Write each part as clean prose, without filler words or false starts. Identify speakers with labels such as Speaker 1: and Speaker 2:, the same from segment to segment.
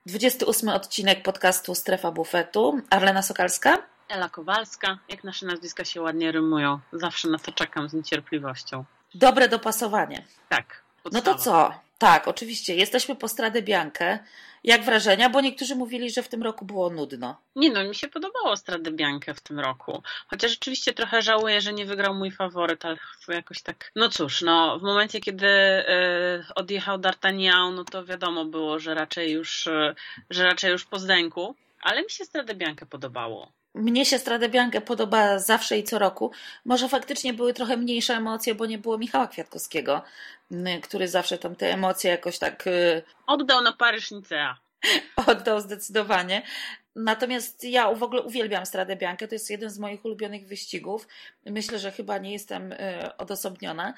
Speaker 1: 28 odcinek podcastu Strefa Bufetu. Arlena Sokalska.
Speaker 2: Ela Kowalska. Jak nasze nazwiska się ładnie rymują. Zawsze na to czekam z niecierpliwością.
Speaker 1: Dobre dopasowanie.
Speaker 2: Tak.
Speaker 1: Podstawa. No to co? Tak, oczywiście. Jesteśmy po Stradę Biankę. Jak wrażenia? Bo niektórzy mówili, że w tym roku było nudno.
Speaker 2: Nie no, mi się podobało Stradę Biankę w tym roku. Chociaż rzeczywiście trochę żałuję, że nie wygrał mój faworyt, ale jakoś tak... No cóż, w momencie, kiedy odjechał D'Artagnan, no to wiadomo było, że raczej już po zdęku. Ale mi się Stradę Biankę podobało.
Speaker 1: Mnie się Stradę Biankę podoba zawsze i co roku. Może faktycznie były trochę mniejsze emocje, bo nie było Michała Kwiatkowskiego, który zawsze tam te emocje jakoś tak...
Speaker 2: Oddał na Paryż-Nicea.
Speaker 1: Oddał zdecydowanie. Natomiast ja w ogóle uwielbiam Stradę Biankę. To jest jeden z moich ulubionych wyścigów. Myślę, że chyba nie jestem odosobniona.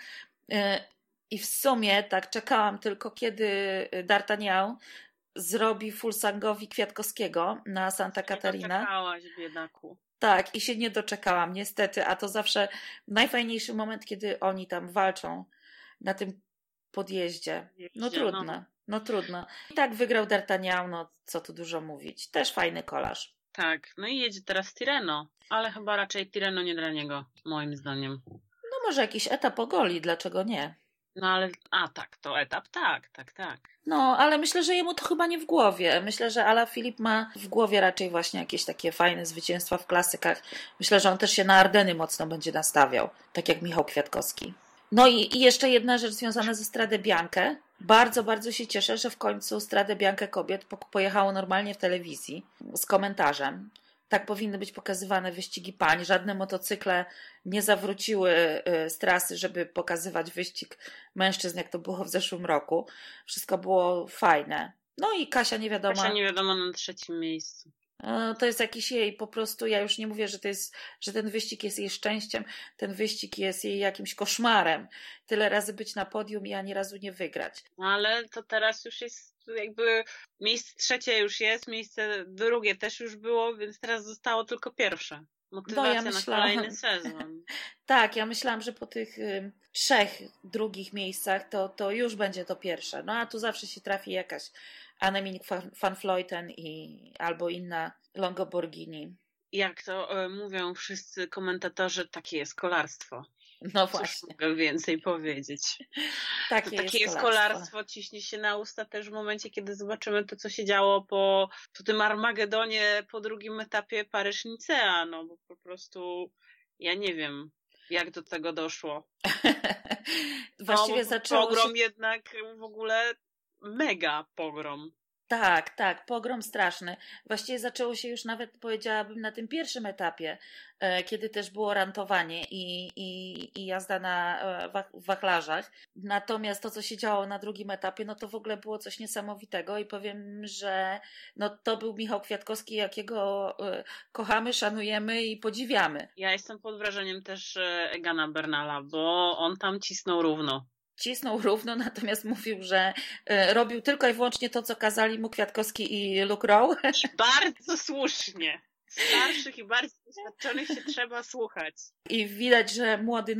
Speaker 1: I w sumie tak czekałam tylko, kiedy D'Artagnan zrobi Fulsangowi Kwiatkowskiego na Santa Catarina.
Speaker 2: Nie doczekałaś, biedaku.
Speaker 1: Tak, i się nie doczekałam niestety, a to zawsze najfajniejszy moment, kiedy oni tam walczą na tym podjeździe. No trudno, no trudno. I tak wygrał D'Artagnan, no co tu dużo mówić. Też fajny kolarz.
Speaker 2: Tak, no i jedzie teraz Tirreno, ale chyba raczej Tirreno nie dla niego, moim zdaniem.
Speaker 1: No może jakiś etap ogoli, dlaczego nie?
Speaker 2: No ale, tak, to etap, tak.
Speaker 1: No, ale myślę, że jemu to chyba nie w głowie. Myślę, że Alaphilippe ma w głowie raczej właśnie jakieś takie fajne zwycięstwa w klasykach. Myślę, że on też się na Ardeny mocno będzie nastawiał, tak jak Michał Kwiatkowski. No i jeszcze jedna rzecz związana ze Stradę Biankę. Bardzo, bardzo się cieszę, że w końcu Stradę Biankę kobiet pojechało normalnie w telewizji z komentarzem. Tak powinny być pokazywane wyścigi pań. Żadne motocykle nie zawróciły z trasy, żeby pokazywać wyścig mężczyzn, jak to było w zeszłym roku. Wszystko było fajne. No i Kasia nie wiadomo
Speaker 2: na 3. miejscu.
Speaker 1: To jest jakiś jej po prostu, ja już nie mówię, że ten wyścig jest jej szczęściem, ten wyścig jest jej jakimś koszmarem. Tyle razy być na podium i ani razu nie wygrać.
Speaker 2: No ale to teraz już jest jakby miejsce 3 już jest, miejsce 2 też już było, więc teraz zostało tylko pierwsze. Motywacja na kolejny sezon.
Speaker 1: Tak, ja myślałam, że po tych 3 drugich miejscach to już będzie to pierwsze. No a tu zawsze się trafi jakaś Annemiek van Vleuten albo inna Longoborghini.
Speaker 2: Jak to mówią wszyscy komentatorzy, takie jest kolarstwo.
Speaker 1: No właśnie.
Speaker 2: Cóż mogę więcej powiedzieć. Takie jest kolarstwo, ciśnie się na usta też w momencie, kiedy zobaczymy to, co się działo po tym Armagedonie po drugim etapie Paryż-Nicea. No bo po prostu ja nie wiem, jak do tego doszło.
Speaker 1: Właściwie zaczęło
Speaker 2: pogrom
Speaker 1: się...
Speaker 2: jednak w ogóle mega pogrom.
Speaker 1: Tak, pogrom straszny. Właściwie zaczęło się już nawet, powiedziałabym, na tym pierwszym etapie, kiedy też było rantowanie i jazda na wachlarzach. Natomiast to, co się działo na drugim etapie, no to w ogóle było coś niesamowitego i powiem, że to był Michał Kwiatkowski, jakiego kochamy, szanujemy i podziwiamy.
Speaker 2: Ja jestem pod wrażeniem też Egana Bernala, bo on tam cisnął równo.
Speaker 1: Natomiast mówił, że robił tylko i wyłącznie to, co kazali mu Kwiatkowski i Luke Rowe.
Speaker 2: Bardzo słusznie. Starszych i bardziej doświadczonych się trzeba słuchać.
Speaker 1: I widać, że młody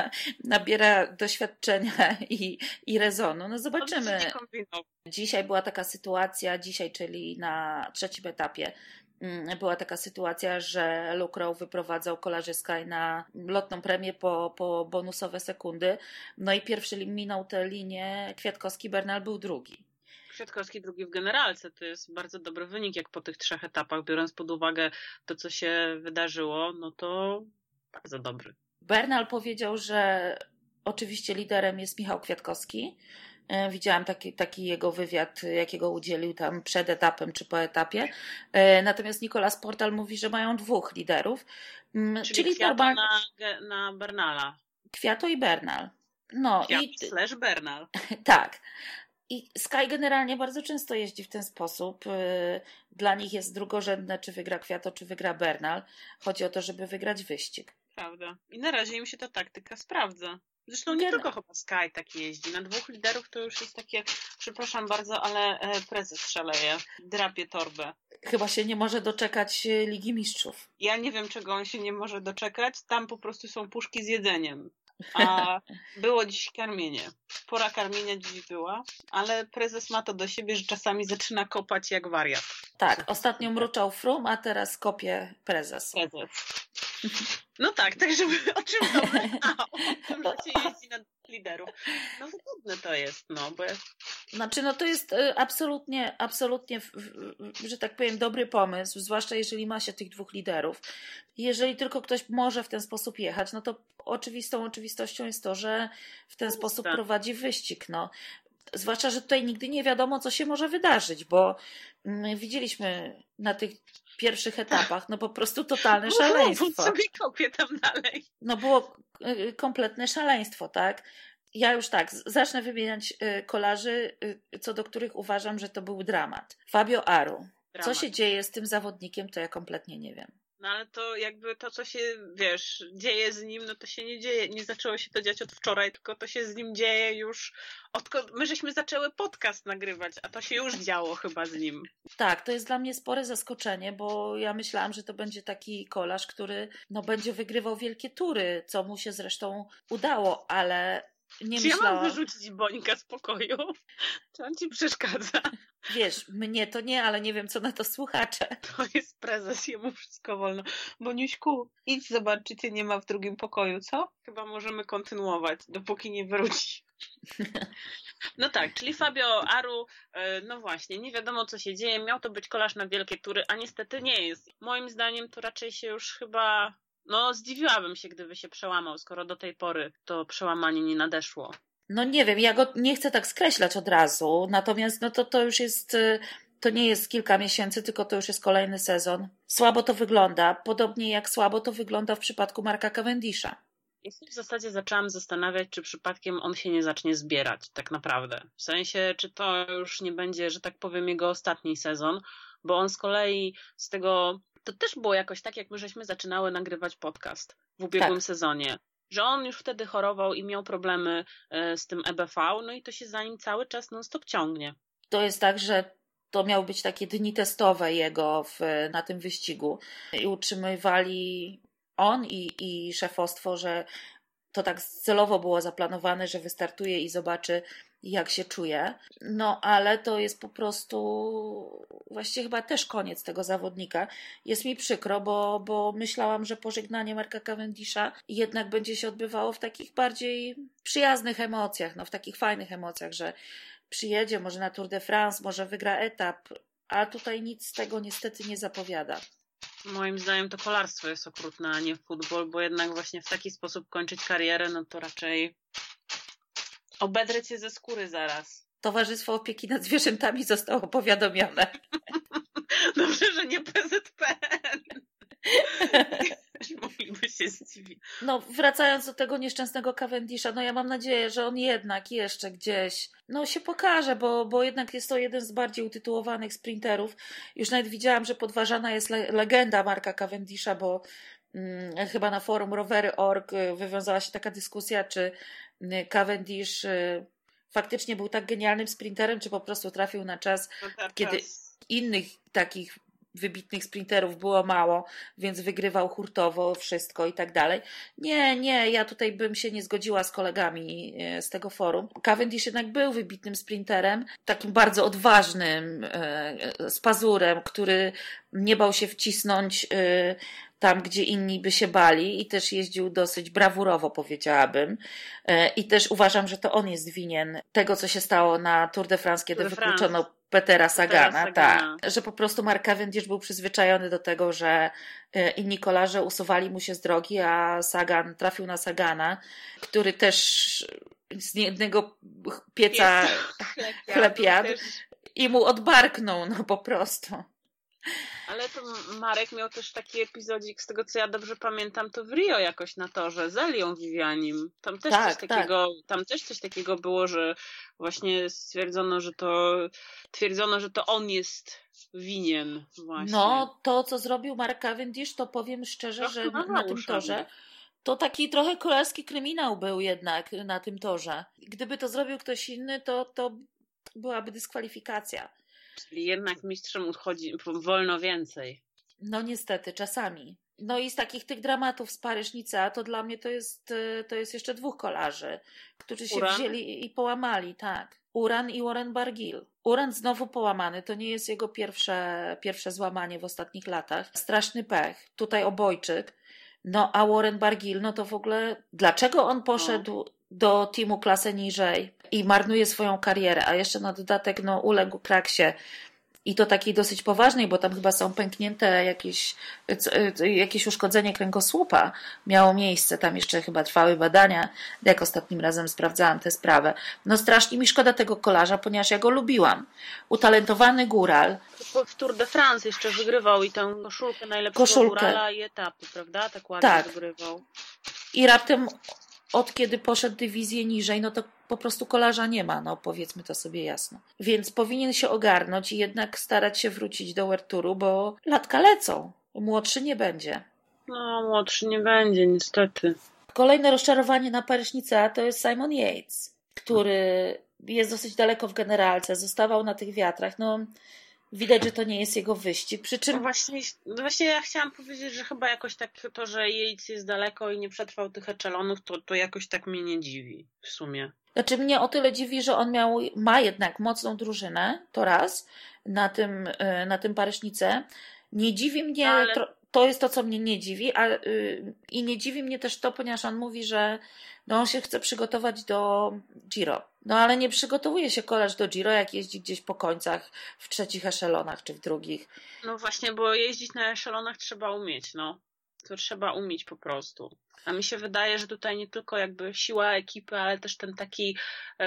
Speaker 1: nabiera doświadczenia i rezonu. No zobaczymy. Dzisiaj była taka sytuacja, czyli na 3. etapie, była taka sytuacja, że Luke Rowe wyprowadzał kolarzy Sky na lotną premię po bonusowe sekundy. No i pierwszy minął tę linię, Kwiatkowski, Bernal był drugi.
Speaker 2: Kwiatkowski drugi w generalce. To jest bardzo dobry wynik, jak po tych 3 etapach, biorąc pod uwagę to, co się wydarzyło, no to bardzo dobry.
Speaker 1: Bernal powiedział, że oczywiście liderem jest Michał Kwiatkowski. Widziałam taki jego wywiad, jakiego udzielił tam przed etapem czy po etapie. Natomiast Nicolas Portal mówi, że mają 2 liderów.
Speaker 2: Czyli Kwiato na Bernala.
Speaker 1: Kwiato i Bernal. No,
Speaker 2: Kwiato / Bernal.
Speaker 1: Tak. I Sky generalnie bardzo często jeździ w ten sposób. Dla nich jest drugorzędne, czy wygra Kwiato, czy wygra Bernal. Chodzi o to, żeby wygrać wyścig.
Speaker 2: Prawda. I na razie im się ta taktyka sprawdza. Zresztą nie tylko chyba Sky tak jeździ. Na 2 liderów to już jest takie, przepraszam bardzo, ale prezes szaleje, drapie torbę.
Speaker 1: Chyba się nie może doczekać Ligi Mistrzów.
Speaker 2: Ja nie wiem, czego on się nie może doczekać. Tam po prostu są puszki z jedzeniem. A było dziś karmienie. Pora karmienia dziś była, ale prezes ma to do siebie, że czasami zaczyna kopać jak wariat.
Speaker 1: Tak, ostatnio mruczał Frum, a teraz kopie prezes.
Speaker 2: No tak, tak żeby o czym to o tym, że się jeździ na liderów. No wygodne to jest, no bo...
Speaker 1: Znaczy, no to jest absolutnie, że tak powiem, dobry pomysł, zwłaszcza jeżeli ma się tych dwóch liderów. Jeżeli tylko ktoś może w ten sposób jechać, no to oczywistością jest to, że w ten sposób prowadzi wyścig, no. Zwłaszcza, że tutaj nigdy nie wiadomo, co się może wydarzyć, bo widzieliśmy na tych pierwszych etapach, no po prostu totalne szaleństwo.
Speaker 2: sobie kopię tam dalej.
Speaker 1: No było kompletne szaleństwo, tak? Ja już tak, zacznę wymieniać kolarzy, co do których uważam, że to był dramat. Fabio Aru. Co się dzieje z tym zawodnikiem, to ja kompletnie nie wiem.
Speaker 2: No ale to jakby to, co się, wiesz, dzieje z nim, no to się nie dzieje, nie zaczęło się to dziać od wczoraj, tylko to się z nim dzieje już odkąd my żeśmy zaczęły podcast nagrywać, a to się już działo chyba z nim.
Speaker 1: Tak, to jest dla mnie spore zaskoczenie, bo ja myślałam, że to będzie taki kolarz, który no, będzie wygrywał wielkie tury, co mu się zresztą udało, ale nie
Speaker 2: Czy
Speaker 1: myślałam...
Speaker 2: ja mam wyrzucić Bońka z pokoju? Czy on ci przeszkadza?
Speaker 1: Wiesz, mnie to nie, ale nie wiem, co na to słuchacze.
Speaker 2: To jest prezes, jemu wszystko wolno. Boniuśku, idź zobacz, czy cię nie ma w drugim pokoju, co? Chyba możemy kontynuować, dopóki nie wróci. No tak, czyli Fabio Aru, no właśnie, nie wiadomo, co się dzieje. Miał to być kolarz na wielkie tury, a niestety nie jest. Moim zdaniem to raczej się już chyba... No zdziwiłabym się, gdyby się przełamał, skoro do tej pory to przełamanie nie nadeszło.
Speaker 1: No nie wiem, ja go nie chcę tak skreślać od razu, natomiast no to już jest, to nie jest kilka miesięcy, tylko to już jest kolejny sezon. Słabo to wygląda, podobnie jak słabo to wygląda w przypadku Marka Cavendisha.
Speaker 2: I w zasadzie zaczęłam zastanawiać, czy przypadkiem on się nie zacznie zbierać, tak naprawdę. W sensie, czy to już nie będzie, że tak powiem, jego ostatni sezon, bo on z kolei z tego... To też było jakoś tak, jak my żeśmy zaczynały nagrywać podcast w ubiegłym sezonie. Że on już wtedy chorował i miał problemy z tym EBV, no i to się za nim cały czas non-stop ciągnie.
Speaker 1: To jest tak, że to miały być takie dni testowe jego na tym wyścigu i utrzymywali on i szefostwo, że to tak celowo było zaplanowane, że wystartuje i zobaczy, jak się czuje. No ale to jest po prostu właściwie chyba też koniec tego zawodnika. Jest mi przykro, bo myślałam, że pożegnanie Marka Cavendisha jednak będzie się odbywało w takich bardziej przyjaznych emocjach, no w takich fajnych emocjach, że przyjedzie może na Tour de France, może wygra etap, a tutaj nic z tego niestety nie zapowiada.
Speaker 2: Moim zdaniem to kolarstwo jest okrutne, a nie futbol, bo jednak właśnie w taki sposób kończyć karierę, no to raczej obedrę cię ze skóry zaraz.
Speaker 1: Towarzystwo Opieki nad Zwierzętami zostało powiadomione.
Speaker 2: Dobrze, że nie PZPN. Mogliby się zdziwić.
Speaker 1: No, wracając do tego nieszczęsnego Cavendisha, no ja mam nadzieję, że on jednak jeszcze gdzieś się pokaże, bo jednak jest to jeden z bardziej utytułowanych sprinterów. Już nawet widziałam, że podważana jest legenda Marka Cavendisha, bo chyba na forum rowery.org wywiązała się taka dyskusja, czy Cavendish faktycznie był tak genialnym sprinterem, czy po prostu trafił na czas, kiedy innych takich wybitnych sprinterów było mało, więc wygrywał hurtowo wszystko i tak dalej. Nie, ja tutaj bym się nie zgodziła z kolegami z tego forum. Cavendish jednak był wybitnym sprinterem, takim bardzo odważnym, z pazurem, który nie bał się wcisnąć tam, gdzie inni by się bali i też jeździł dosyć brawurowo, powiedziałabym. I też uważam, że to on jest winien tego, co się stało na Tour de France, kiedy wykluczono Petera Sagana. Tak, że po prostu Mark Cavendish był przyzwyczajony do tego, że inni kolarze usuwali mu się z drogi, a Sagan trafił na Sagana, który też z jednego pieca chleb jadł i mu odbarknął, no po prostu.
Speaker 2: Ale to Marek miał też taki epizodzik, z tego co ja dobrze pamiętam, to w Rio jakoś na torze, z Elią Vivianim. Tam też tam też coś takiego było, że właśnie twierdzono, że to on jest winien właśnie.
Speaker 1: No, to co zrobił Mark Cavendish, to powiem szczerze, że na tym torze to taki trochę kolarski kryminał był jednak na tym torze. Gdyby to zrobił ktoś inny, to byłaby dyskwalifikacja.
Speaker 2: Czyli jednak mistrzom chodzi wolno więcej.
Speaker 1: No niestety, czasami. No i z takich tych dramatów z Paryż-Nicea, to dla mnie to jest jeszcze 2 kolarzy, którzy się
Speaker 2: Uran?
Speaker 1: wzięli i połamali, tak. Uran i Warren Barguil. Uran znowu połamany, to nie jest jego pierwsze złamanie w ostatnich latach. Straszny pech, tutaj obojczyk. No a Warren Barguil, no to w ogóle dlaczego on poszedł do teamu klasę niżej i marnuje swoją karierę, a jeszcze na dodatek no uległ kraksie. I to takiej dosyć poważnej, bo tam chyba są pęknięte jakieś uszkodzenie kręgosłupa miało miejsce. Tam jeszcze chyba trwały badania, jak ostatnim razem sprawdzałam tę sprawę. No strasznie mi szkoda tego kolarza, ponieważ ja go lubiłam. Utalentowany góral.
Speaker 2: W Tour de France jeszcze wygrywał i tę koszulkę najlepszego górala i etapy, prawda? Tak ładnie wygrywał.
Speaker 1: I raptem od kiedy poszedł dywizję niżej, no to po prostu kolarza nie ma, no powiedzmy to sobie jasno. Więc powinien się ogarnąć i jednak starać się wrócić do World Touru, bo latka lecą. Młodszy nie będzie.
Speaker 2: No, młodszy nie będzie, niestety.
Speaker 1: Kolejne rozczarowanie na Paryż-Nicea to jest Simon Yates, który jest dosyć daleko w generalce, zostawał na tych wiatrach. No, widać, że to nie jest jego wyścig. Przy czym...
Speaker 2: Właśnie ja chciałam powiedzieć, że chyba jakoś tak to, że Yates jest daleko i nie przetrwał tych echelonów, to jakoś tak mnie nie dziwi w sumie.
Speaker 1: Znaczy mnie o tyle dziwi, że on ma jednak mocną drużynę, to raz, na tym Paryż-Nicea. Nie dziwi mnie, to jest to, co mnie nie dziwi, i nie dziwi mnie też to, ponieważ on mówi, że no, on się chce przygotować do Giro. No ale nie przygotowuje się kolarz do Giro, jak jeździ gdzieś po końcach w 3 eszelonach czy w 2.
Speaker 2: No właśnie, bo jeździć na eszelonach trzeba umieć, no. To trzeba umieć po prostu. A mi się wydaje, że tutaj nie tylko jakby siła ekipy, ale też ten taki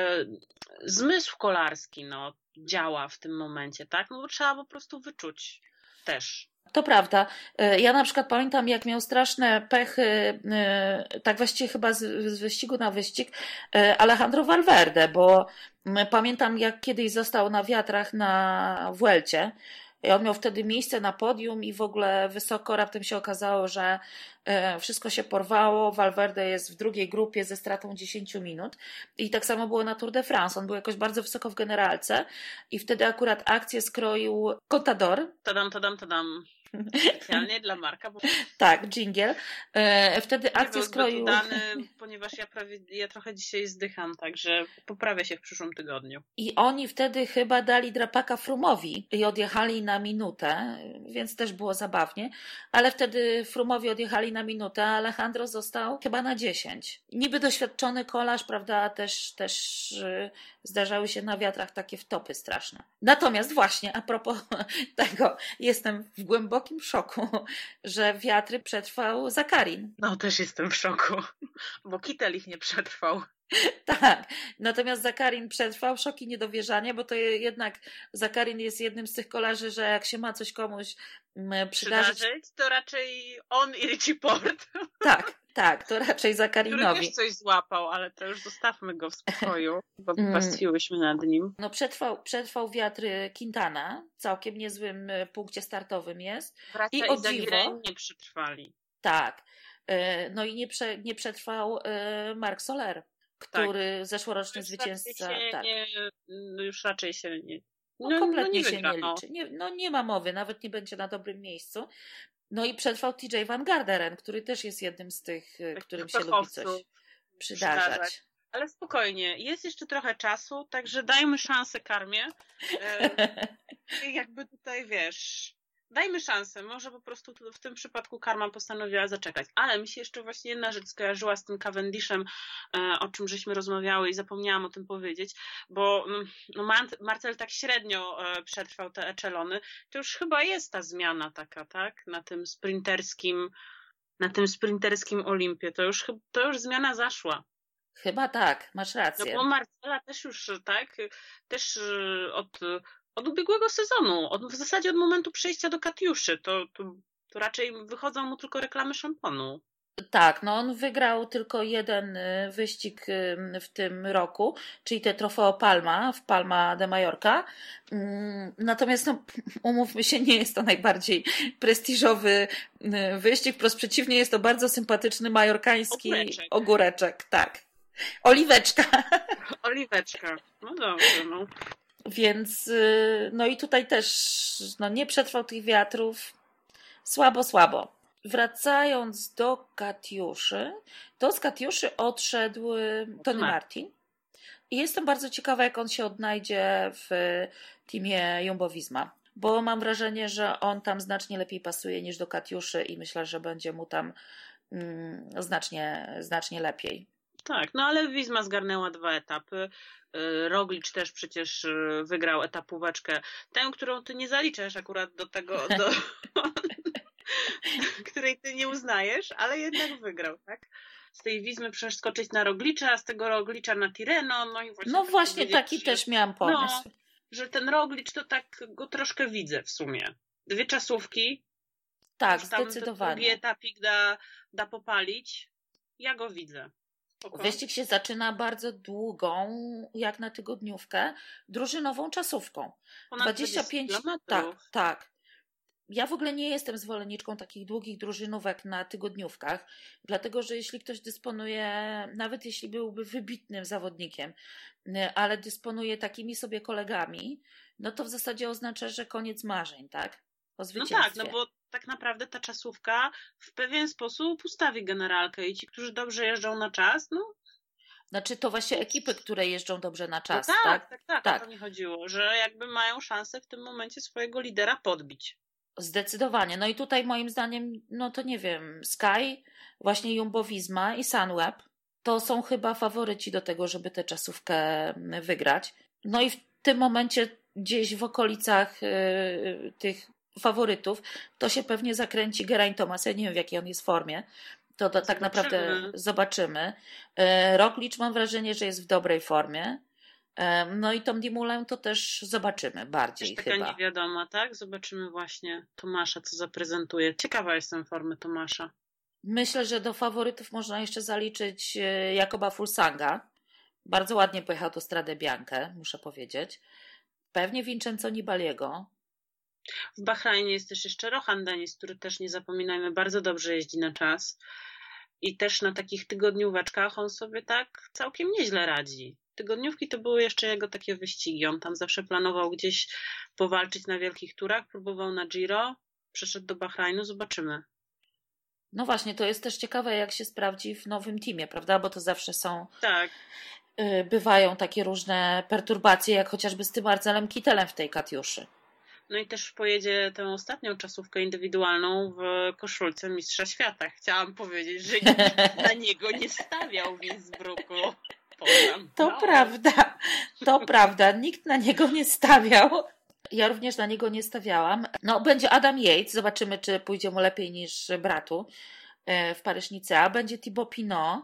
Speaker 2: zmysł kolarski, no, działa w tym momencie, tak? No bo trzeba po prostu wyczuć też.
Speaker 1: To prawda. Ja na przykład pamiętam, jak miał straszne pechy, tak właściwie chyba z wyścigu na wyścig, Alejandro Valverde, bo pamiętam, jak kiedyś został na wiatrach na Vuelcie. I on miał wtedy miejsce na podium i w ogóle wysoko, raptem się okazało, że wszystko się porwało. Valverde jest w 2. grupie ze stratą 10 minut. I tak samo było na Tour de France. On był jakoś bardzo wysoko w generalce i wtedy akurat akcję skroił Contador.
Speaker 2: Tadam. Specjalnie dla Marka. Bo...
Speaker 1: Tak, dżingiel. Wtedy akcję skroił...
Speaker 2: udany, ponieważ ja trochę dzisiaj zdycham, także poprawię się w przyszłym tygodniu.
Speaker 1: I oni wtedy chyba dali drapaka Froome'owi i odjechali na minutę, więc też było zabawnie, ale wtedy Froome'owi odjechali na minutę, a Alejandro został chyba na 10. Niby doświadczony kolarz, prawda, też zdarzały się na wiatrach takie wtopy straszne. Natomiast właśnie, a propos tego, jestem w głębokim szoku, że wiatry przetrwał Zakarin.
Speaker 2: No, też jestem w szoku, bo Kittel ich nie przetrwał.
Speaker 1: Tak, natomiast Zakarin przetrwał, szok i niedowierzanie, bo to jednak Zakarin jest jednym z tych kolarzy, że jak się ma coś komuś przydarzyć,
Speaker 2: to raczej on i Richie Porte.
Speaker 1: Tak, to raczej Zakarinowi.
Speaker 2: Który też coś złapał, ale to już zostawmy go w spokoju, bo pastwiłyśmy nad nim.
Speaker 1: No przetrwał wiatry Quintana, całkiem niezłym punkcie startowym jest.
Speaker 2: I o dziwo nie przetrwali.
Speaker 1: Tak, no i nie przetrwał Marc Soler, który zeszłoroczny zwycięzca.
Speaker 2: Już raczej się nie.
Speaker 1: Kompletnie się nie liczy. Nie ma mowy, nawet nie będzie na dobrym miejscu. No i przetrwał TJ Van Garderen, który też jest jednym z tych, którym się lubi coś przydarzać.
Speaker 2: Ale spokojnie, jest jeszcze trochę czasu, także dajmy szansę karmie. Jakby tutaj, wiesz, dajmy szansę. Może po prostu w tym przypadku karma postanowiła zaczekać. Ale mi się jeszcze właśnie jedna rzecz skojarzyła z tym Cavendishem, o czym żeśmy rozmawiały i zapomniałam o tym powiedzieć, bo Marcel tak średnio przetrwał te echelony. To już chyba jest ta zmiana taka, tak? Na tym sprinterskim Olimpie. To już zmiana zaszła.
Speaker 1: Chyba tak, masz rację.
Speaker 2: No bo Marcela też już, tak? Też od ubiegłego sezonu, w zasadzie od momentu przejścia do Katiuszy, to raczej wychodzą mu tylko reklamy szamponu.
Speaker 1: Tak, no on wygrał tylko jeden wyścig w tym roku, czyli te Trofeo Palma w Palma de Mallorca. Natomiast no, umówmy się, nie jest to najbardziej prestiżowy wyścig, wprost przeciwnie, jest to bardzo sympatyczny majorkański ogóreczek, tak. Oliweczka. No dobrze, no. Więc no i tutaj też nie przetrwał tych wiatrów. Słabo. wracając do Katiuszy, to z Katiuszy odszedł Tony Martin. I jestem bardzo ciekawa, jak on się odnajdzie w teamie Jumbo-Visma, bo mam wrażenie, że on tam znacznie lepiej pasuje niż do Katiuszy i myślę, że będzie mu tam znacznie lepiej.
Speaker 2: Tak, no ale Wisma zgarnęła 2 etapy. Roglic też przecież wygrał etapóweczkę. Tę, którą ty nie zaliczasz akurat do tego, której ty nie uznajesz, ale jednak wygrał, tak? Z tej Wismy przeskoczyć na Roglicza, a z tego Roglicza na Tirreno.
Speaker 1: No właśnie taki też miałam pomysł.
Speaker 2: No, że ten Roglic to tak go troszkę widzę w sumie. 2 czasówki.
Speaker 1: Tak, zdecydowanie.
Speaker 2: Drugi etapik da popalić. Ja go widzę.
Speaker 1: Wyścig się zaczyna bardzo długą, jak na tygodniówkę, drużynową czasówką.
Speaker 2: Ponad 25 kilometrów.
Speaker 1: Tak. Ja w ogóle nie jestem zwolenniczką takich długich drużynówek na tygodniówkach, dlatego że jeśli ktoś dysponuje, nawet jeśli byłby wybitnym zawodnikiem, ale dysponuje takimi sobie kolegami, no to w zasadzie oznacza, że koniec marzeń, tak? O zwycięstwie.
Speaker 2: No tak, no bo tak naprawdę ta czasówka w pewien sposób ustawi generalkę i ci, którzy dobrze jeżdżą na czas, no.
Speaker 1: Znaczy to właśnie ekipy, które jeżdżą dobrze na czas,
Speaker 2: no
Speaker 1: tak?
Speaker 2: Tak, o to mi chodziło, że jakby mają szansę w tym momencie swojego lidera podbić.
Speaker 1: Zdecydowanie. No i tutaj moim zdaniem, no to nie wiem, Sky, właśnie Jumbo-Visma i Sunweb to są chyba faworyci do tego, żeby tę czasówkę wygrać. No i w tym momencie gdzieś w okolicach tych faworytów to się pewnie zakręci Geraint Thomas. Ja nie wiem, w jakiej on jest formie. To tak naprawdę zobaczymy. Roglic mam wrażenie, że jest w dobrej formie. No i Tom Dumoulin to też zobaczymy bardziej
Speaker 2: też taka
Speaker 1: chyba.
Speaker 2: niewiadoma, tak? Zobaczymy właśnie Tomasza, co zaprezentuje. Ciekawa jestem formy Tomasza. Myślę,
Speaker 1: że do faworytów można jeszcze zaliczyć Jakoba Fuglsanga. Bardzo ładnie pojechał do Strade Bianche, muszę powiedzieć. Pewnie Vincenzo Nibaliego.
Speaker 2: W Bahrajnie jest też jeszcze Rohan Dennis, który też, nie zapominajmy, bardzo dobrze jeździ na czas. I też na takich tygodnióweczkach on sobie tak całkiem nieźle radzi. Tygodniówki to były jeszcze jego takie wyścigi. On tam zawsze planował gdzieś powalczyć na wielkich turach, próbował na Giro, przeszedł do Bahrajnu, zobaczymy.
Speaker 1: No właśnie, to jest też ciekawe, jak się sprawdzi w nowym teamie, prawda? Bo to zawsze są...
Speaker 2: Tak.
Speaker 1: Bywają takie różne perturbacje, jak chociażby z tym Marcelem Kittelem w tej Katiuszy.
Speaker 2: No i też pojedzie tę ostatnią czasówkę indywidualną w koszulce Mistrza Świata. Chciałam powiedzieć, że nikt na niego nie stawiał w Innsbrucku.
Speaker 1: To prawda, nikt na niego nie stawiał. Ja również na niego nie stawiałam. No, będzie Adam Yates, zobaczymy, czy pójdzie mu lepiej niż bratu w Paryż-Nicea. Będzie Thibaut Pinot.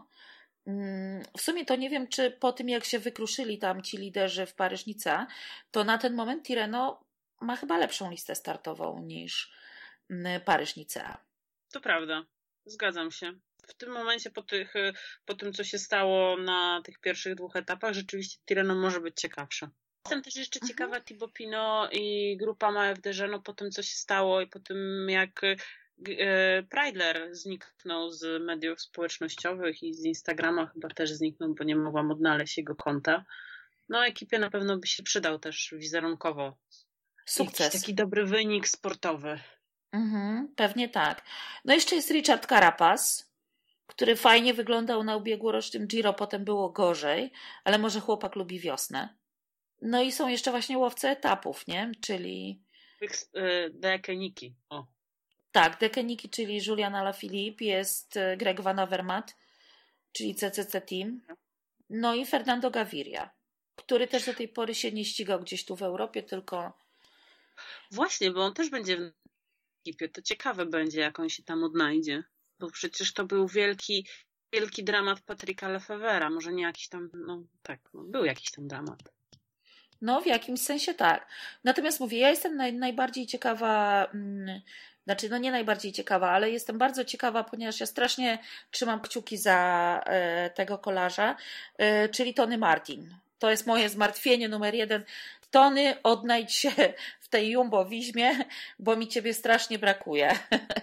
Speaker 1: W sumie to nie wiem, czy po tym, jak się wykruszyli tam ci liderzy w Paryż-Nicea, to na ten moment Tirreno ma chyba lepszą listę startową niż Paryż-Nicea.
Speaker 2: To prawda, zgadzam się. W tym momencie po tym, co się stało na tych pierwszych 2 etapach, rzeczywiście Tirreno może być ciekawsze. Jestem też jeszcze ciekawa Thibaut Pinot i grupa AFDG, no po tym, co się stało i po tym, jak Preidler zniknął z mediów społecznościowych i z Instagrama chyba też zniknął, bo nie mogłam odnaleźć jego konta. No ekipie na pewno by się przydał też wizerunkowo.
Speaker 1: Sukces.
Speaker 2: Taki dobry wynik sportowy.
Speaker 1: Pewnie tak. No jeszcze jest Richard Carapaz, który fajnie wyglądał na ubiegłorocznym Giro, potem było gorzej, ale może chłopak lubi wiosnę. No i są jeszcze właśnie łowcy etapów, nie? Czyli...
Speaker 2: Dekeniki.
Speaker 1: Tak, Dekeniki, czyli Julian Alaphilippe, jest Greg Van Avermaet, czyli CCC Team. No i Fernando Gaviria, który też do tej pory się nie ścigał gdzieś tu w Europie, tylko...
Speaker 2: Właśnie, bo on też będzie w ekipie. To ciekawe będzie, jak on się tam odnajdzie. Bo przecież to był wielki dramat Patricka Lefevera. Może nie jakiś tam, był jakiś tam dramat.
Speaker 1: No, w jakimś sensie tak. Natomiast mówię, ja jestem najbardziej ciekawa, znaczy no nie najbardziej ciekawa, ale jestem bardzo ciekawa, ponieważ ja strasznie trzymam kciuki za tego kolarza, czyli Tony Martin. To jest moje zmartwienie numer 1. Tony, odnajdź się w tej Jumbo-Vismie, bo mi ciebie strasznie brakuje.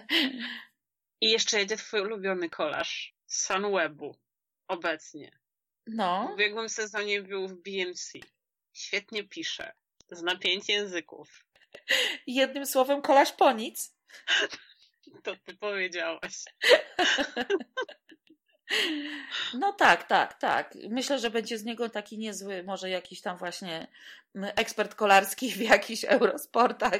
Speaker 2: I jeszcze jedzie twój ulubiony kolarz z Sunwebu obecnie.
Speaker 1: No.
Speaker 2: W ubiegłym sezonie był w BMC. Świetnie pisze. Zna 5 języków.
Speaker 1: Jednym słowem kolarz po nic.
Speaker 2: To ty powiedziałaś.
Speaker 1: No tak. Myślę, że będzie z niego taki niezły, może jakiś tam właśnie ekspert kolarski w jakichś Eurosportach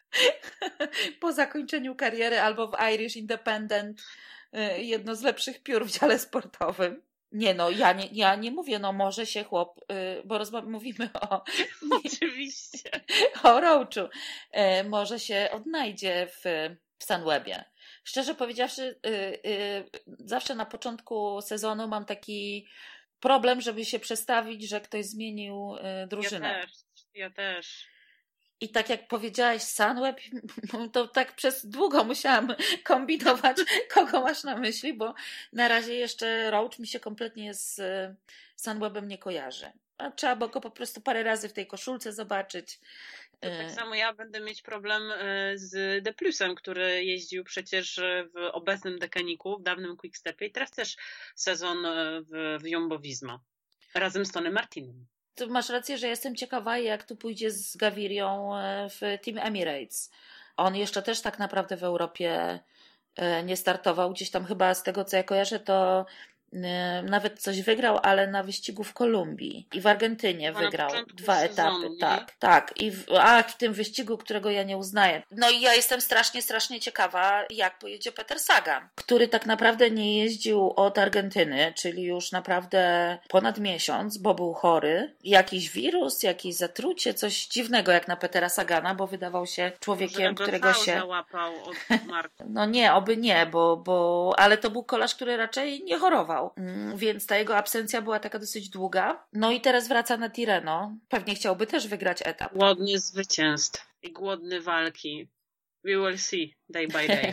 Speaker 1: po zakończeniu kariery albo w Irish Independent, jedno z lepszych piór w dziale sportowym. Nie no, ja nie mówię, no może się chłop, bo mówimy o...
Speaker 2: Oczywiście.
Speaker 1: O Roachu. Może się odnajdzie w Sunwebie. Szczerze powiedziawszy, zawsze na początku sezonu mam taki problem, żeby się przestawić, że ktoś zmienił drużynę.
Speaker 2: Ja też.
Speaker 1: I tak jak powiedziałaś Sunweb, to tak przez długo musiałam kombinować, kogo masz na myśli, bo na razie jeszcze Roach mi się kompletnie z Sunwebem nie kojarzy. A trzeba było go po prostu parę razy w tej koszulce zobaczyć.
Speaker 2: To tak samo ja będę mieć problem z De Plusem, który jeździł przecież w obecnym Decaniku, w dawnym Quickstepie i teraz też sezon w Jumbo Visma razem z Tonym Martinem.
Speaker 1: Tu masz rację, że jestem ciekawa, jak tu pójdzie z Gavirią w Team Emirates. On jeszcze też tak naprawdę w Europie nie startował. Gdzieś tam chyba z tego, co ja kojarzę, to nawet coś wygrał, ale na wyścigu w Kolumbii i w Argentynie wygrał 2 etapy. Tak. I w tym wyścigu, którego ja nie uznaję. No i ja jestem strasznie ciekawa, jak pojedzie Peter Sagan, który tak naprawdę nie jeździł od Argentyny, czyli już naprawdę ponad miesiąc, bo był chory. Jakiś wirus, jakieś zatrucie, coś dziwnego jak na Petera Sagana, bo wydawał się człowiekiem, którego się
Speaker 2: załapał od Marka.
Speaker 1: No nie, oby nie, ale to był kolarz, który raczej nie chorował. Więc ta jego absencja była taka dosyć długa. No i teraz wraca na Tirreno. Pewnie chciałby też wygrać etap.
Speaker 2: Głodny zwycięstw i głodny walki. We will see day by day.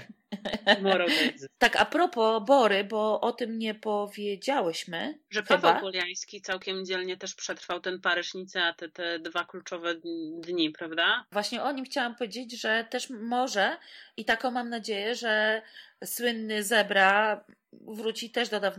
Speaker 1: Tak, a propos Bory, bo o tym nie powiedziałyśmy.
Speaker 2: Że Paweł Poliański całkiem dzielnie też przetrwał ten Paryż-Nice, te 2 kluczowe dni, prawda?
Speaker 1: Właśnie o nim chciałam powiedzieć, że też może i taką mam nadzieję, że słynny Zebra wrócił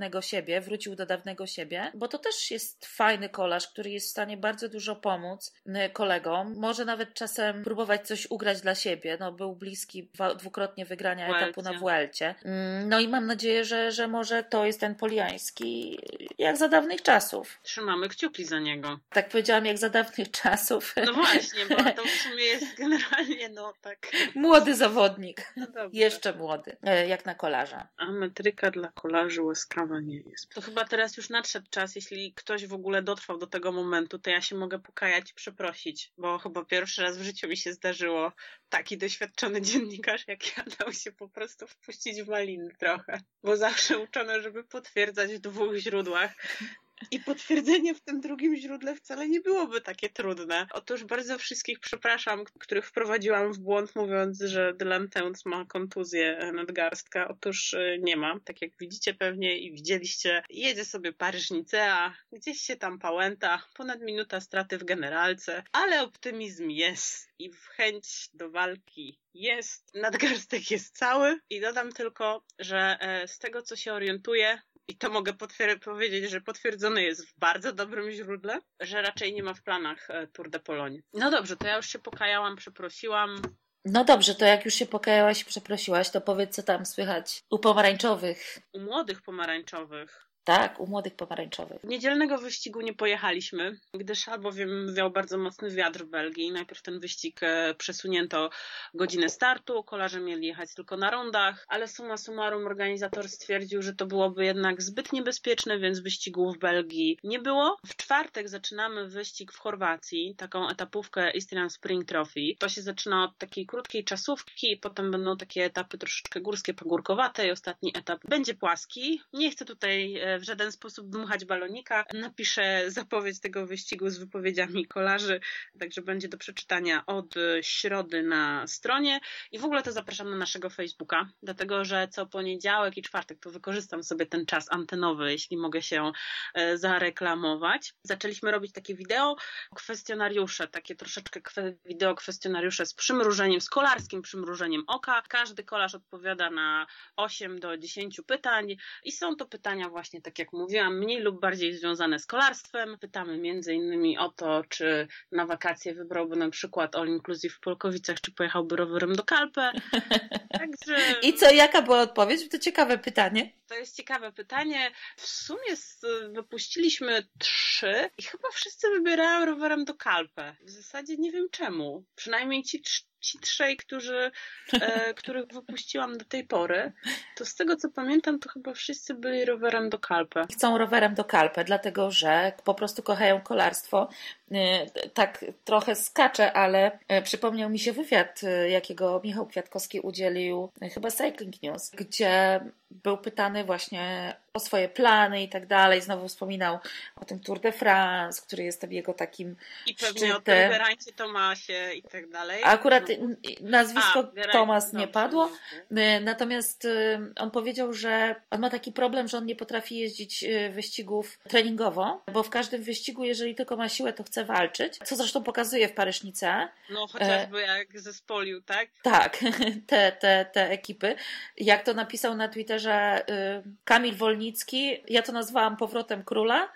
Speaker 1: do dawnego siebie, bo to też jest fajny kolarz, który jest w stanie bardzo dużo pomóc kolegom, może nawet czasem próbować coś ugrać dla siebie, no był bliski dwukrotnie wygrania etapu na Vuelcie. No i mam nadzieję, że może to jest ten Poliański jak za dawnych czasów.
Speaker 2: Trzymamy kciuki za niego.
Speaker 1: Tak powiedziałam, jak za dawnych czasów.
Speaker 2: No właśnie, bo to w sumie jest generalnie tak.
Speaker 1: Młody zawodnik.
Speaker 2: No
Speaker 1: jeszcze młody, jak na kolarza.
Speaker 2: A metryka dla kolarzy łaskawa nie jest. To chyba teraz już nadszedł czas, jeśli ktoś w ogóle dotrwał do tego momentu, to ja się mogę pokajać i przeprosić, bo chyba pierwszy raz w życiu mi się zdarzyło taki doświadczony dziennikarz jak ja dał się po prostu wpuścić w maliny trochę, bo zawsze uczono, żeby potwierdzać w 2 źródłach. I potwierdzenie w tym drugim źródle wcale nie byłoby takie trudne. Otóż bardzo wszystkich przepraszam, których wprowadziłam w błąd, mówiąc, że Dylan Teuns ma kontuzję nadgarstka. Otóż nie ma. Tak jak widzicie pewnie i widzieliście, jedzie sobie Paryż-Nice, a gdzieś się tam pałęta. Ponad minuta straty w generalce, ale optymizm jest i chęć do walki jest. Nadgarstek jest cały i dodam tylko, że z tego co się orientuję, i to mogę powiedzieć, że potwierdzone jest w bardzo dobrym źródle, że raczej nie ma w planach Tour de Pologne. No dobrze, to ja już się pokajałam, przeprosiłam.
Speaker 1: No dobrze, to jak już się pokajałaś i przeprosiłaś, to powiedz, co tam słychać u pomarańczowych.
Speaker 2: U młodych pomarańczowych.
Speaker 1: Tak, u młodych pomarańczowych.
Speaker 2: Niedzielnego wyścigu nie pojechaliśmy, gdyż albowiem wiał bardzo mocny wiatr w Belgii. Najpierw ten wyścig przesunięto godzinę startu, kolarze mieli jechać tylko na rondach, ale summa summarum organizator stwierdził, że to byłoby jednak zbyt niebezpieczne, więc wyścigu w Belgii nie było. W czwartek zaczynamy wyścig w Chorwacji, taką etapówkę Istrian Spring Trophy. To się zaczyna od takiej krótkiej czasówki, potem będą takie etapy troszeczkę górskie, pagórkowate i ostatni etap będzie płaski. Nie chcę tutaj w żaden sposób dmuchać balonika. Napiszę zapowiedź tego wyścigu z wypowiedziami kolarzy, także będzie do przeczytania od środy na stronie i w ogóle to zapraszam na naszego Facebooka, dlatego że co poniedziałek i czwartek to wykorzystam sobie ten czas antenowy, jeśli mogę się zareklamować. Zaczęliśmy robić takie wideo kwestionariusze, takie troszeczkę wideo kwestionariusze z przymrużeniem, z kolarskim przymrużeniem oka. Każdy kolarz odpowiada na 8 do 10 pytań i są to pytania właśnie tak jak mówiłam, mniej lub bardziej związane z kolarstwem. Pytamy między innymi o to, czy na wakacje wybrałby na przykład all inclusive w Polkowicach, czy pojechałby rowerem do Kalpe. Także...
Speaker 1: I co, jaka była odpowiedź? To ciekawe pytanie.
Speaker 2: To jest ciekawe pytanie. W sumie wypuściliśmy 3 i chyba wszyscy wybierają rowerem do Kalpe. W zasadzie nie wiem czemu. Przynajmniej ci 3, których wypuściłam do tej pory, to z tego co pamiętam, to chyba wszyscy byli rowerem do Kalpe.
Speaker 1: Chcą rowerem do Kalpe, dlatego że po prostu kochają kolarstwo. Tak trochę skaczę, ale przypomniał mi się wywiad, jakiego Michał Kwiatkowski udzielił chyba Cycling News, gdzie był pytany właśnie o swoje plany i tak dalej. Znowu wspominał o tym Tour de France, który jest tam jego takim
Speaker 2: i pewnie
Speaker 1: szczytem.
Speaker 2: O tym Geraincie Tomasie i tak dalej.
Speaker 1: A akurat nazwisko Tomas nie padło.
Speaker 2: Nie.
Speaker 1: Natomiast on powiedział, że on ma taki problem, że on nie potrafi jeździć wyścigów treningowo, bo w każdym wyścigu, jeżeli tylko ma siłę, to chce walczyć. Co zresztą pokazuje w Paryż-Nice.
Speaker 2: No chociażby jak zespolił, tak?
Speaker 1: Tak, te ekipy. Jak to napisał na Twitterze Kamil Wolnicki, ja to nazwałam powrotem króla,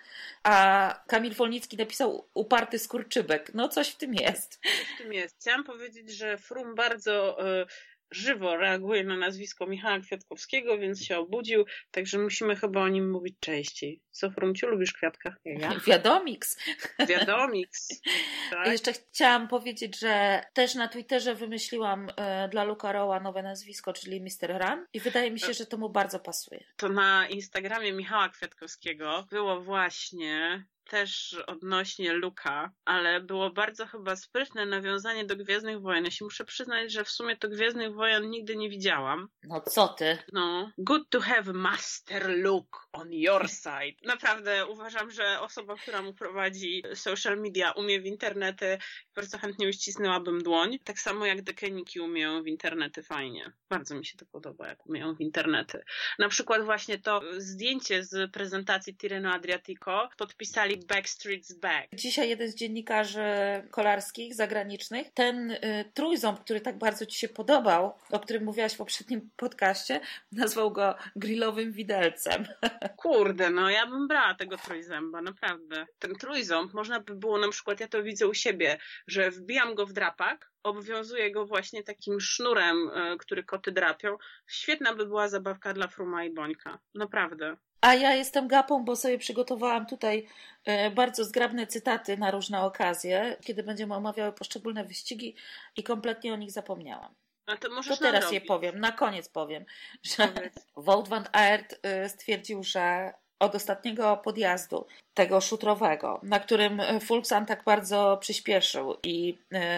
Speaker 1: a Kamil Wolnicki napisał uparty skurczybek. No coś w tym jest.
Speaker 2: Coś w tym jest. Chciałam powiedzieć, że Froome bardzo żywo reaguje na nazwisko Michała Kwiatkowskiego, więc się obudził, także musimy chyba o nim mówić częściej. Co, Frumciu, lubisz Kwiatka? Ja?
Speaker 1: Wiadomiks.
Speaker 2: Wiadomiks. Tak?
Speaker 1: Jeszcze chciałam powiedzieć, że też na Twitterze wymyśliłam dla Luka Rowa nowe nazwisko, czyli Mr. Run i wydaje mi się, że to mu bardzo pasuje.
Speaker 2: To na Instagramie Michała Kwiatkowskiego było właśnie też odnośnie Luka, ale było bardzo chyba sprytne nawiązanie do Gwiezdnych Wojen. Ja się muszę przyznać, że w sumie to Gwiezdnych Wojen nigdy nie widziałam.
Speaker 1: No co ty?
Speaker 2: No, good to have Master Luke on your side. Naprawdę uważam, że osoba, która mu prowadzi social media, umie w internety, bardzo chętnie uścisnęłabym dłoń. Tak samo jak dekeniki umieją w internety fajnie. Bardzo mi się to podoba, jak umieją w internety. Na przykład właśnie to zdjęcie z prezentacji Tirreno Adriatico podpisali Backstreet's Back.
Speaker 1: Dzisiaj jeden z dziennikarzy kolarskich, zagranicznych, ten trójząb, który tak bardzo ci się podobał, o którym mówiłaś w poprzednim podcaście, nazwał go grillowym widelcem.
Speaker 2: Kurde, no ja bym brała tego trójzęba, naprawdę. Ten trójząb można by było na przykład, ja to widzę u siebie, że wbijam go w drapak, obwiązuję go właśnie takim sznurem, który koty drapią. Świetna by była zabawka dla Fruma i Bońka. Naprawdę.
Speaker 1: A ja jestem gapą, bo sobie przygotowałam tutaj bardzo zgrabne cytaty na różne okazje, kiedy będziemy omawiały poszczególne wyścigi i kompletnie o nich zapomniałam.
Speaker 2: A to możesz
Speaker 1: to teraz
Speaker 2: nadrobić.
Speaker 1: je powiem, na koniec powiem, że Wout van Aert stwierdził, że od ostatniego podjazdu, tego szutrowego, na którym Fuglsang tak bardzo przyspieszył i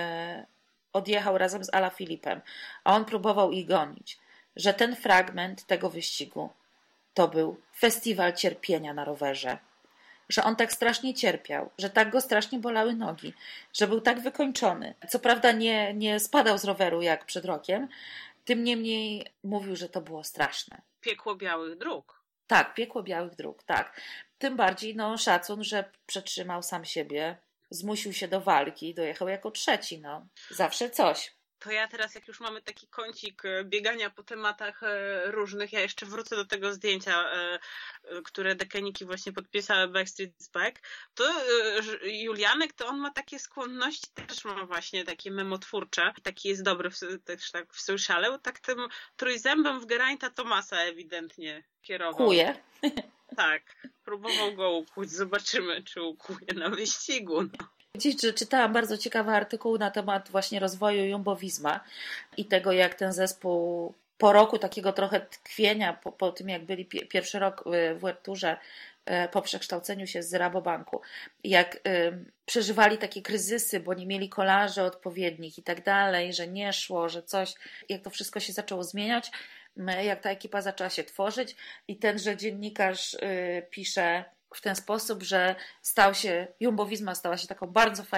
Speaker 1: odjechał razem z Alaphilippem, a on próbował ich gonić, że ten fragment tego wyścigu to był festiwal cierpienia na rowerze. Że on tak strasznie cierpiał, że tak go strasznie bolały nogi, że był tak wykończony. Co prawda nie spadał z roweru jak przed rokiem, tym niemniej mówił, że to było straszne.
Speaker 2: Piekło białych dróg.
Speaker 1: Tak, piekło białych dróg, tak. Tym bardziej szacun, że przetrzymał sam siebie, zmusił się do walki i dojechał jako trzeci. Zawsze coś.
Speaker 2: To ja teraz, jak już mamy taki kącik biegania po tematach różnych, ja jeszcze wrócę do tego zdjęcia, które dekeniki właśnie podpisały Backstreet's Back, to Julianek, to on ma takie skłonności, też ma właśnie takie memotwórcze, taki jest dobry też tak w sociale, tak tym trójzębem w Geraint'a Thomasa ewidentnie kierował.
Speaker 1: Kuje.
Speaker 2: Tak, próbował go ukuć, zobaczymy, czy ukuje na wyścigu.
Speaker 1: Dziś czytałam bardzo ciekawy artykuł na temat właśnie rozwoju Jumbo-Visma i tego, jak ten zespół po roku takiego trochę tkwienia, po tym jak byli pierwszy rok w World Tourze, po przekształceniu się z Rabobanku, jak przeżywali takie kryzysy, bo nie mieli kolarzy odpowiednich i tak dalej, że nie szło, że coś, jak to wszystko się zaczęło zmieniać, jak ta ekipa zaczęła się tworzyć i tenże dziennikarz pisze w ten sposób, że Jumbo-Visma stała się taką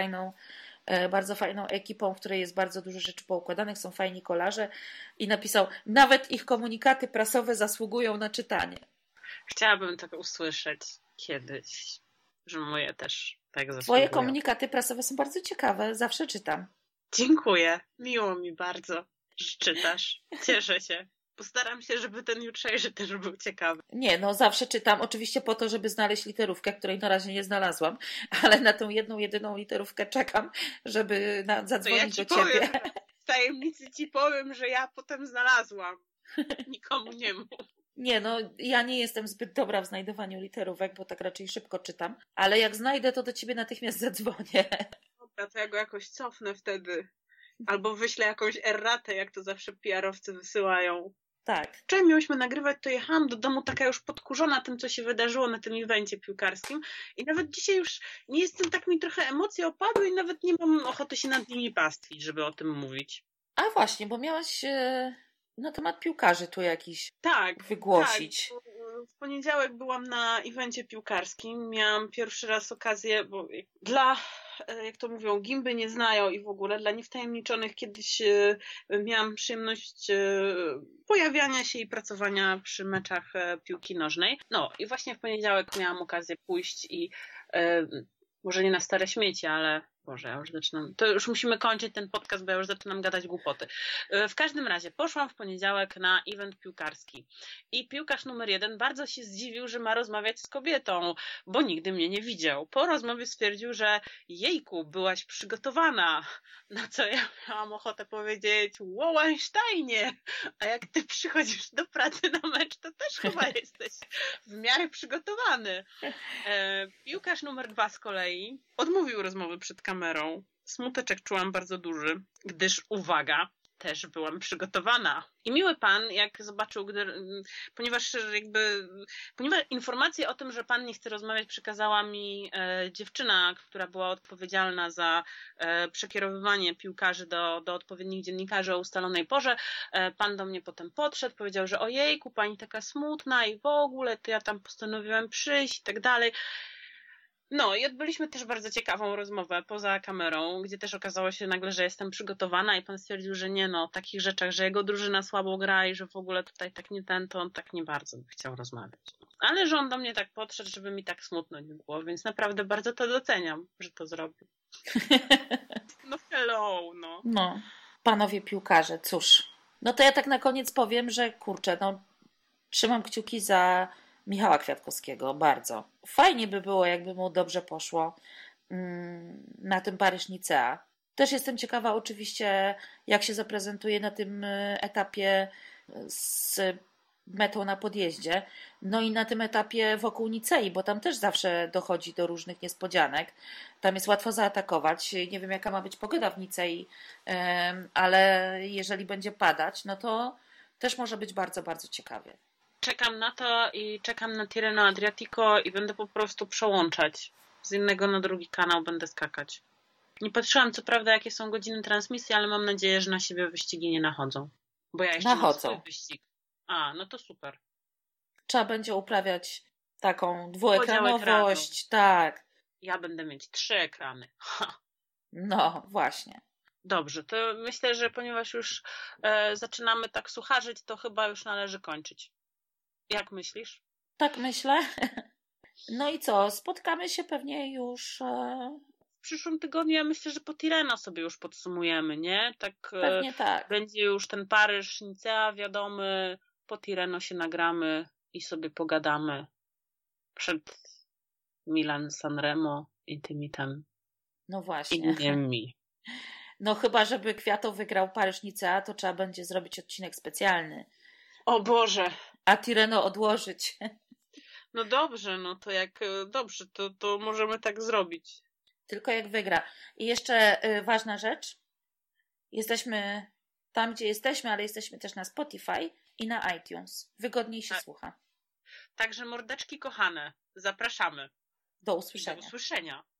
Speaker 1: bardzo fajną ekipą, w której jest bardzo dużo rzeczy poukładanych, są fajni kolarze i napisał, nawet ich komunikaty prasowe zasługują na czytanie.
Speaker 2: Chciałabym tak usłyszeć kiedyś, że moje też tak zasługują.
Speaker 1: Twoje komunikaty prasowe są bardzo ciekawe, zawsze czytam.
Speaker 2: Dziękuję, miło mi bardzo, że czytasz. Cieszę się. Postaram się, żeby ten jutrzejszy też był ciekawy.
Speaker 1: Nie, no zawsze czytam, oczywiście po to, żeby znaleźć literówkę, której na razie nie znalazłam, ale na tą jedną, jedyną literówkę czekam, żeby zadzwonić do ciebie.
Speaker 2: W tajemnicy ci powiem, że ja potem znalazłam. Nikomu nie mów.
Speaker 1: Nie, no ja nie jestem zbyt dobra w znajdowaniu literówek, bo tak raczej szybko czytam, ale jak znajdę, to do ciebie natychmiast zadzwonię.
Speaker 2: Dobra, to ja go jakoś cofnę wtedy. Albo wyślę jakąś erratę, jak to zawsze PR-owcy wysyłają.
Speaker 1: Tak.
Speaker 2: Wczoraj miałyśmy nagrywać, to jechałam do domu taka już podkurzona tym, co się wydarzyło na tym evencie piłkarskim i nawet dzisiaj już nie jestem, tak mi trochę emocje opadły i nawet nie mam ochoty się nad nimi pastwić, żeby o tym mówić.
Speaker 1: A właśnie, bo miałaś na temat piłkarzy tu jakiś wygłosić.
Speaker 2: Tak. W poniedziałek byłam na evencie piłkarskim, miałam pierwszy raz okazję, bo dla, jak to mówią, gimby nie znają i w ogóle dla niewtajemniczonych kiedyś miałam przyjemność pojawiania się i pracowania przy meczach piłki nożnej. No i właśnie w poniedziałek miałam okazję pójść i może nie na stare śmieci, ale Boże, ja już zaczynam. To już musimy kończyć ten podcast, bo ja już zaczynam gadać głupoty. W każdym razie poszłam w poniedziałek na event piłkarski i piłkarz numer 1 bardzo się zdziwił, że ma rozmawiać z kobietą, bo nigdy mnie nie widział. Po rozmowie stwierdził, że jejku, byłaś przygotowana. Na co ja miałam ochotę powiedzieć, wow, Einsteinie, a jak ty przychodzisz do pracy na mecz, to też chyba jesteś w miarę przygotowany. Piłkarz numer 2 z kolei odmówił rozmowy przed kamerą. Smuteczek czułam bardzo duży, gdyż, uwaga, też byłam przygotowana. I miły pan, jak zobaczył, ponieważ informację o tym, że pan nie chce rozmawiać, przekazała mi dziewczyna, która była odpowiedzialna za przekierowywanie piłkarzy do odpowiednich dziennikarzy o ustalonej porze. Pan do mnie potem podszedł, powiedział, że ojejku, pani taka smutna i w ogóle, to ja tam postanowiłam przyjść i tak dalej. No i odbyliśmy też bardzo ciekawą rozmowę poza kamerą, gdzie też okazało się nagle, że jestem przygotowana i pan stwierdził, że nie no, o takich rzeczach, że jego drużyna słabo gra i że w ogóle tutaj tak nie ten, to on tak nie bardzo by chciał rozmawiać. Ale że on do mnie tak podszedł, żeby mi tak smutno nie było, więc naprawdę bardzo to doceniam, że to zrobił. No hello, no.
Speaker 1: No, panowie piłkarze, cóż. No to ja tak na koniec powiem, że kurczę, no trzymam kciuki za Michała Kwiatkowskiego, bardzo. Fajnie by było, jakby mu dobrze poszło na tym Paryż-Nicea. Też jestem ciekawa oczywiście, jak się zaprezentuje na tym etapie z metą na podjeździe. No i na tym etapie wokół Nicei, bo tam też zawsze dochodzi do różnych niespodzianek. Tam jest łatwo zaatakować. Nie wiem, jaka ma być pogoda w Nicei, ale jeżeli będzie padać, no to też może być bardzo, bardzo ciekawie.
Speaker 2: Czekam na to i czekam na Tirreno Adriatico i będę po prostu przełączać. Z jednego na drugi kanał będę skakać. Nie patrzyłam co prawda, jakie są godziny transmisji, ale mam nadzieję, że na siebie wyścigi nie nachodzą. Bo ja jeszcze mam swój wyścig. A, no to super.
Speaker 1: Trzeba będzie uprawiać taką dwuekranowość. Tak.
Speaker 2: Ja będę mieć 3 ekrany. Ha.
Speaker 1: No, właśnie.
Speaker 2: Dobrze, to myślę, że ponieważ już zaczynamy tak sucharzyć, to chyba już należy kończyć. Jak myślisz?
Speaker 1: Tak myślę. No i co? Spotkamy się pewnie już
Speaker 2: w przyszłym tygodniu. Ja myślę, że po Tirreno sobie już podsumujemy, nie? Tak,
Speaker 1: pewnie tak.
Speaker 2: Będzie już ten Paryż, Nicea wiadomy. Po Tirreno się nagramy i sobie pogadamy przed Milan Sanremo i tymi tam
Speaker 1: no właśnie.
Speaker 2: innymi.
Speaker 1: No chyba, żeby Kwiato wygrał Paryż-Nicea, to trzeba będzie zrobić odcinek specjalny.
Speaker 2: O Boże!
Speaker 1: A Tirreno odłożyć.
Speaker 2: No dobrze, no to jak dobrze, to możemy tak zrobić.
Speaker 1: Tylko jak wygra. I jeszcze ważna rzecz. Jesteśmy tam, gdzie jesteśmy, ale jesteśmy też na Spotify i na iTunes. Wygodniej się słucha.
Speaker 2: Także mordeczki kochane, zapraszamy.
Speaker 1: Do usłyszenia.
Speaker 2: Do usłyszenia.